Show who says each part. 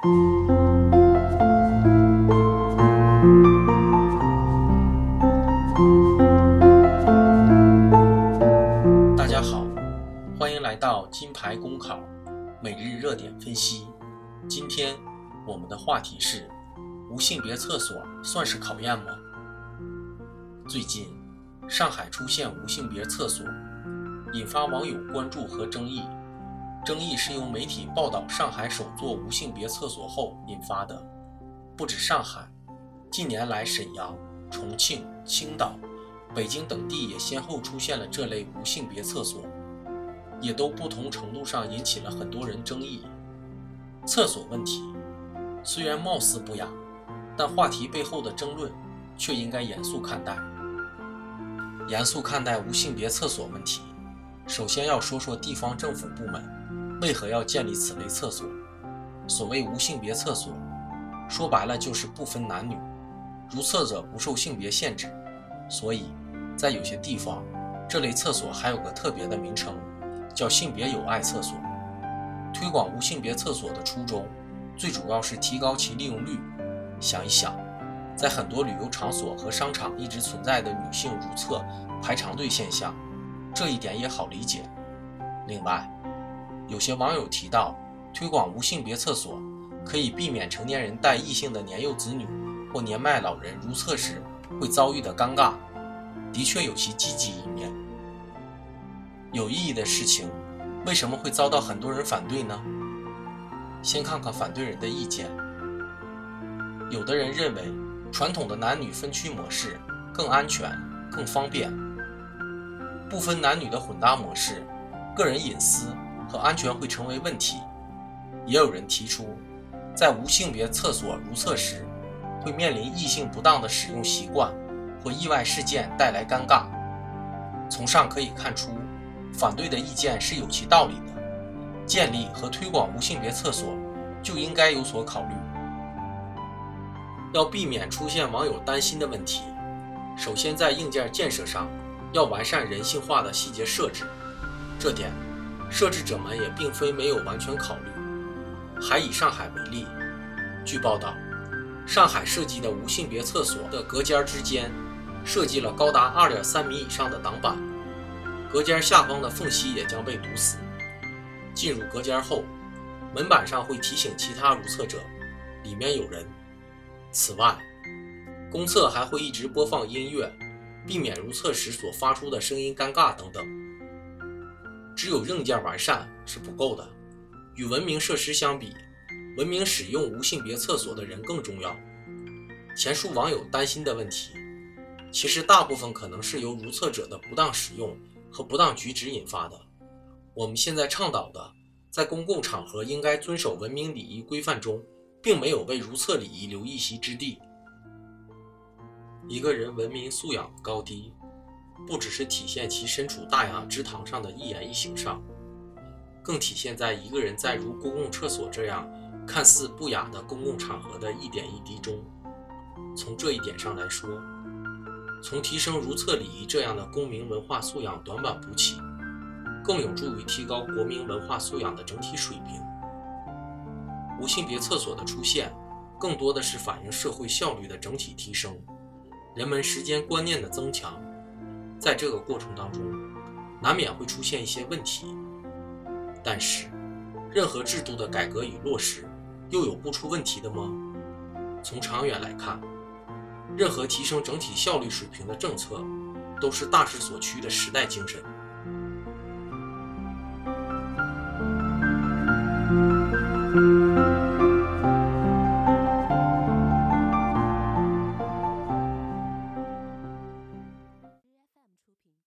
Speaker 1: 大家好，欢迎来到金牌公考每日热点分析。今天我们的话题是：无性别厕所算是考验吗？最近上海出现无性别厕所，引发网友关注和争议。争议是由媒体报道上海首座无性别厕所后引发的。不止上海，近年来沈阳、重庆、青岛、北京等地也先后出现了这类无性别厕所，也都不同程度上引起了很多人争议。厕所问题虽然貌似不雅，但话题背后的争论却应该严肃看待。严肃看待无性别厕所问题，首先要说说地方政府部门为何要建立此类厕所。所谓无性别厕所，说白了就是不分男女，如厕者不受性别限制，所以在有些地方，这类厕所还有个特别的名称，叫性别友爱厕所。推广无性别厕所的初衷，最主要是提高其利用率。想一想，在很多旅游场所和商场一直存在的女性如厕排长队现象，这一点也好理解。另外，有些网友提到，推广无性别厕所可以避免成年人带异性的年幼子女或年迈老人如厕时会遭遇的尴尬，的确有其积极一面。有意义的事情为什么会遭到很多人反对呢？先看看反对人的意见。有的人认为传统的男女分区模式更安全更方便，不分男女的混搭模式，个人隐私和安全会成为问题。也有人提出，在无性别厕所如厕时会面临异性不当的使用习惯或意外事件带来尴尬。从上可以看出，反对的意见是有其道理的，建立和推广无性别厕所就应该有所考虑。要避免出现网友担心的问题，首先在硬件建设上要完善人性化的细节设置，这点设置者们也并非没有完全考虑。还以上海为例，据报道，上海设计的无性别厕所的隔间之间设计了高达 2.3 米以上的挡板，隔间下方的缝隙也将被堵死。进入隔间后，门板上会提醒其他如厕者里面有人。此外，公厕还会一直播放音乐，避免如厕时所发出的声音尴尬等等。只有硬件完善是不够的，与文明设施相比，文明使用无性别厕所的人更重要。前述网友担心的问题，其实大部分可能是由如厕者的不当使用和不当举止引发的。我们现在倡导的，在公共场合应该遵守文明礼仪规范中，并没有为如厕礼仪留一席之地。一个人文明素养的高低，不只是体现其身处大雅之堂上的一言一行上，更体现在一个人在如公共厕所这样看似不雅的公共场合的一点一滴中。从这一点上来说，从提升如厕礼仪这样的公民文化素养短板补起，更有助于提高国民文化素养的整体水平。无性别厕所的出现，更多的是反映社会效率的整体提升，人们时间观念的增强。在这个过程当中，难免会出现一些问题，但是任何制度的改革与落实，又有不出问题的吗？从长远来看，任何提升整体效率水平的政策，都是大势所趋的时代精神。